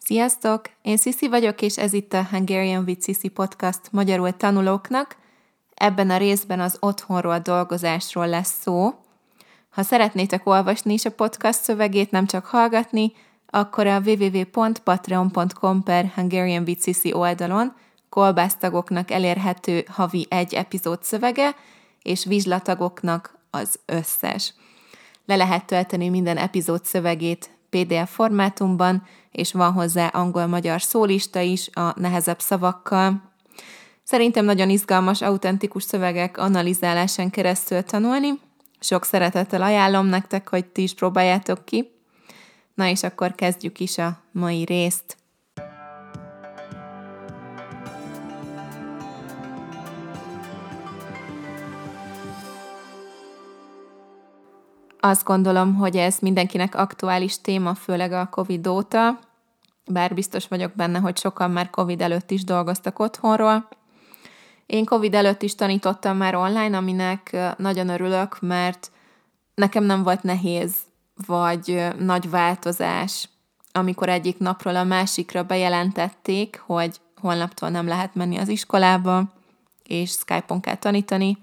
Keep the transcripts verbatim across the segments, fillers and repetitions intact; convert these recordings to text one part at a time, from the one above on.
Sziasztok! Én Sziszi vagyok, és ez itt a Hungarian with Sissi podcast magyarul tanulóknak. Ebben a részben az otthonról, dolgozásról lesz szó. Ha szeretnétek olvasni is a podcast szövegét, nem csak hallgatni, akkor a double-u double-u double-u pont patreon pont com per Hungarian with Sissi oldalon kolbásztagoknak elérhető havi egy epizód szövege, és vizslatagoknak az összes. Le lehet tölteni minden epizód szövegét pé dé ef formátumban, és van hozzá angol-magyar szólista is a nehezebb szavakkal. Szerintem nagyon izgalmas, autentikus szövegek analizálásán keresztül tanulni. Sok szeretettel ajánlom nektek, hogy ti is próbáljátok ki. Na és akkor kezdjük is a mai részt. Azt gondolom, hogy ez mindenkinek aktuális téma, főleg a Covid óta, bár biztos vagyok benne, hogy sokan már Covid előtt is dolgoztak otthonról. Én Covid előtt is tanítottam már online, aminek nagyon örülök, mert nekem nem volt nehéz, vagy nagy változás, amikor egyik napról a másikra bejelentették, hogy holnaptól nem lehet menni az iskolába, és Skype-on kell tanítani,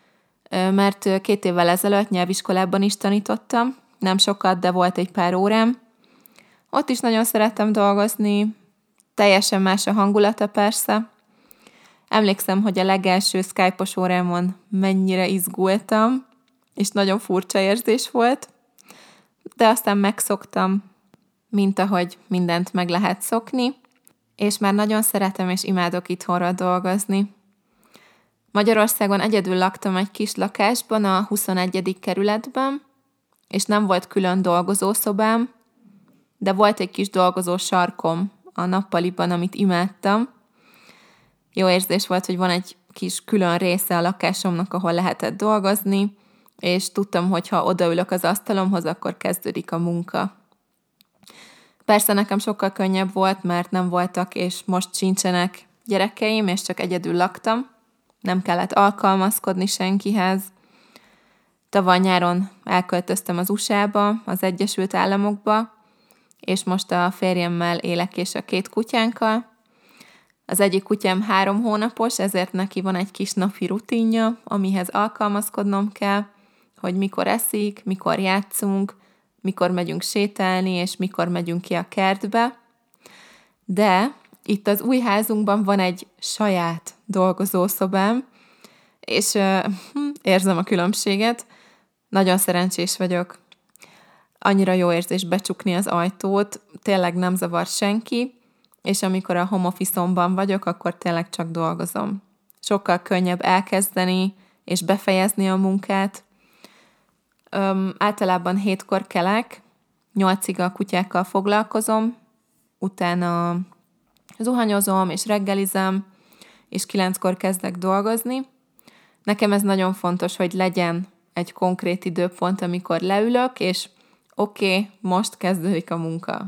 mert két évvel ezelőtt nyelviskolában is tanítottam, nem sokat, de volt egy pár órám. Ott is nagyon szerettem dolgozni, teljesen más a hangulata persze. Emlékszem, hogy a legelső Skype-os órámon mennyire izgultam, és nagyon furcsa érzés volt, de aztán megszoktam, mint ahogy mindent meg lehet szokni, és már nagyon szeretem és imádok itthonról dolgozni. Magyarországon egyedül laktam egy kis lakásban, a huszonegyedik kerületben, és nem volt külön dolgozószobám, de volt egy kis dolgozó sarkom a nappaliban, amit imádtam. Jó érzés volt, hogy van egy kis külön része a lakásomnak, ahol lehetett dolgozni, és tudtam, hogy ha odaülök az asztalomhoz, akkor kezdődik a munka. Persze nekem sokkal könnyebb volt, mert nem voltak, és most sincsenek gyerekeim, és csak egyedül laktam. Nem kellett alkalmazkodni senkihez. Tavaly nyáron elköltöztem az u es á-ba, az Egyesült Államokba, és most a férjemmel élek és a két kutyánkkal. Az egyik kutyám három hónapos, ezért neki van egy kis napi rutinja, amihez alkalmazkodnom kell, hogy mikor eszik, mikor játszunk, mikor megyünk sétálni, és mikor megyünk ki a kertbe. De itt az új házunkban van egy saját dolgozószobám, és uh, érzem a különbséget. Nagyon szerencsés vagyok. Annyira jó érzés becsukni az ajtót, tényleg nem zavar senki, és amikor a home office-omban vagyok, akkor tényleg csak dolgozom. Sokkal könnyebb elkezdeni és befejezni a munkát. Öm, általában hétkor kelek, nyolcig a kutyákkal foglalkozom, utána zuhanyozom és reggelizem, és kilenckor kezdek dolgozni. Nekem ez nagyon fontos, hogy legyen egy konkrét időpont, amikor leülök, és oké, okay, most kezdődik a munka.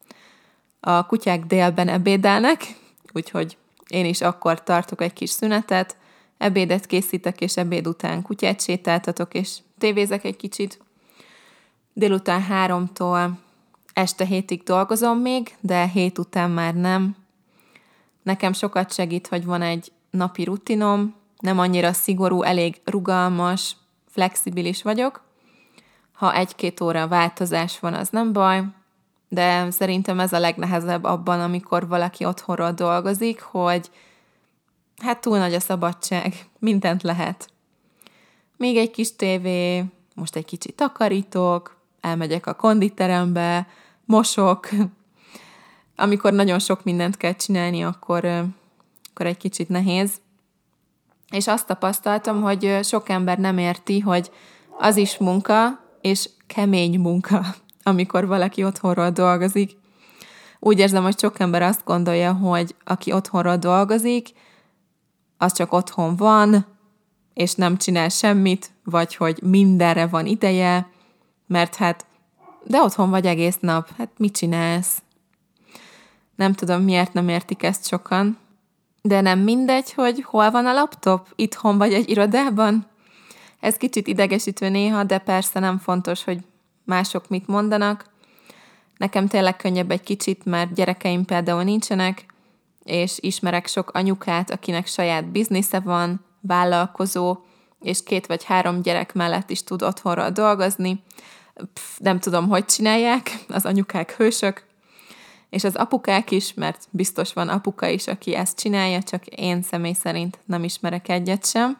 A kutyák délben ebédelnek, úgyhogy én is akkor tartok egy kis szünetet, ebédet készítek, és ebéd után kutyát sétáltatok, és tévézek egy kicsit. Délután háromtól este hétig dolgozom még, de hét után már nem. Nekem sokat segít, hogy van egy napi rutinom, nem annyira szigorú, elég rugalmas, flexibilis vagyok. Ha egy-két óra változás van, az nem baj, de szerintem ez a legnehezebb abban, amikor valaki otthonról dolgozik, hogy hát túl nagy a szabadság, mindent lehet. Még egy kis tévé, most egy kicsit takarítok, elmegyek a konditerembe, mosok. Amikor nagyon sok mindent kell csinálni, akkor, akkor egy kicsit nehéz. És azt tapasztaltam, hogy sok ember nem érti, hogy az is munka, és kemény munka, amikor valaki otthonról dolgozik. Úgy érzem, hogy sok ember azt gondolja, hogy aki otthonról dolgozik, az csak otthon van, és nem csinál semmit, vagy hogy mindenre van ideje, mert hát, de otthon vagy egész nap, hát mit csinálsz? Nem tudom, miért nem értik ezt sokan, de nem mindegy, hogy hol van a laptop, itthon vagy egy irodában. Ez kicsit idegesítő néha, de persze nem fontos, hogy mások mit mondanak. Nekem tényleg könnyebb egy kicsit, mert gyerekeim például nincsenek, és ismerek sok anyukát, akinek saját biznisze van, vállalkozó, és két vagy három gyerek mellett is tud otthonról dolgozni. Pff, nem tudom, hogy csinálják, az anyukák hősök, és az apukák is, mert biztos van apuka is, aki ezt csinálja, csak én személy szerint nem ismerek egyet sem.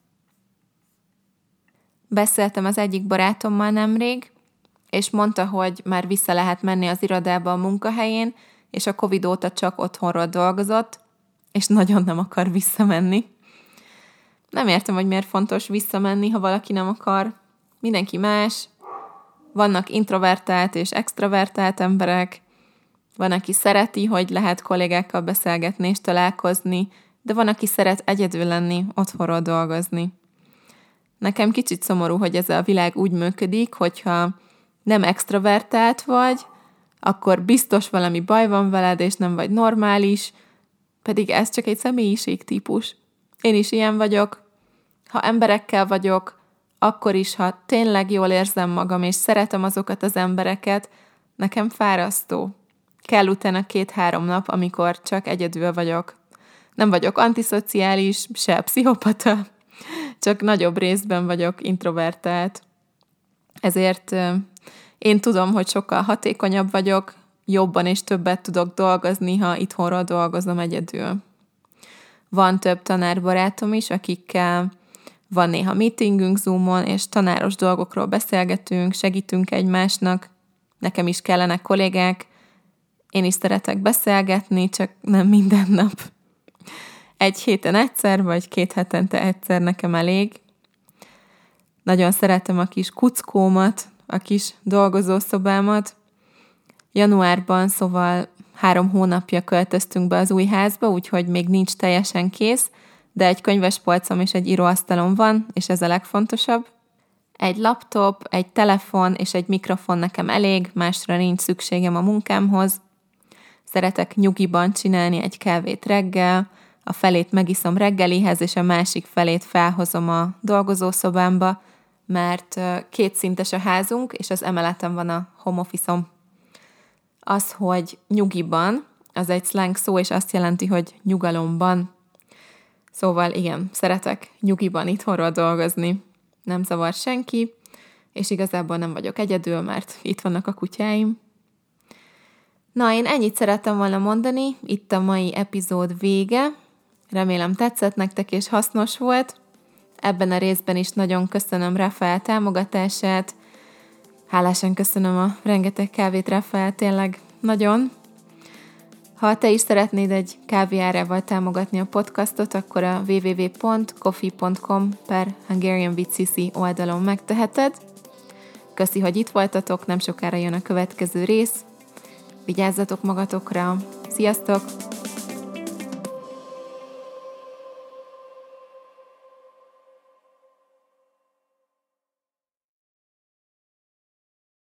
Beszéltem az egyik barátommal nemrég, és mondta, hogy már vissza lehet menni az irodába a munkahelyén, és a Covid óta csak otthonról dolgozott, és nagyon nem akar visszamenni. Nem értem, hogy miért fontos visszamenni, ha valaki nem akar. Mindenki más. Vannak introvertált és extravertált emberek. Van, aki szereti, hogy lehet kollégákkal beszélgetni és találkozni, de van, aki szeret egyedül lenni, otthonról dolgozni. Nekem kicsit szomorú, hogy ez a világ úgy működik, hogyha nem extravertált vagy, akkor biztos valami baj van veled, és nem vagy normális, pedig ez csak egy személyiségtípus. Én is ilyen vagyok. Ha emberekkel vagyok, akkor is, ha tényleg jól érzem magam, és szeretem azokat az embereket, nekem fárasztó. Kell utána két-három nap, amikor csak egyedül vagyok. Nem vagyok antiszociális, se pszichopata, csak nagyobb részben vagyok introvertált. Ezért én tudom, hogy sokkal hatékonyabb vagyok, jobban és többet tudok dolgozni, ha itthonról dolgozom egyedül. Van több tanárbarátom is, akikkel van néha meetingünk Zoomon, és tanáros dolgokról beszélgetünk, segítünk egymásnak. Nekem is kellenek kollégák, én is szeretek beszélgetni, csak nem minden nap. Egy héten egyszer, vagy két hetente egyszer nekem elég. Nagyon szeretem a kis kuckómat, a kis dolgozószobámat. Januárban, szóval három hónapja költöztünk be az új házba, úgyhogy még nincs teljesen kész, de egy könyvespolcom és egy íróasztalom van, és ez a legfontosabb. Egy laptop, egy telefon és egy mikrofon nekem elég, másra nincs szükségem a munkámhoz. Szeretek nyugiban csinálni egy kávét reggel, a felét megiszom reggelihez, és a másik felét felhozom a dolgozószobámba, mert kétszintes a házunk, és az emeleten van a home office-om. Az, hogy nyugiban, az egy slang szó, és azt jelenti, hogy nyugalomban. Szóval igen, szeretek nyugiban itthonról dolgozni. Nem zavar senki, és igazából nem vagyok egyedül, mert itt vannak a kutyáim. Na, én ennyit szerettem volna mondani, itt a mai epizód vége. Remélem tetszett nektek és hasznos volt. Ebben a részben is nagyon köszönöm Rafael támogatását. Hálásan köszönöm a rengeteg kávét, Rafael, tényleg nagyon. Ha te is szeretnéd egy kávé árával támogatni a podcastot, akkor a double-u double-u double-u pont coffee pont com per Hungarian with Cici oldalon megteheted. Köszi, hogy itt voltatok, nem sokára jön a következő rész. Vigyázzatok magatokra. Sziasztok!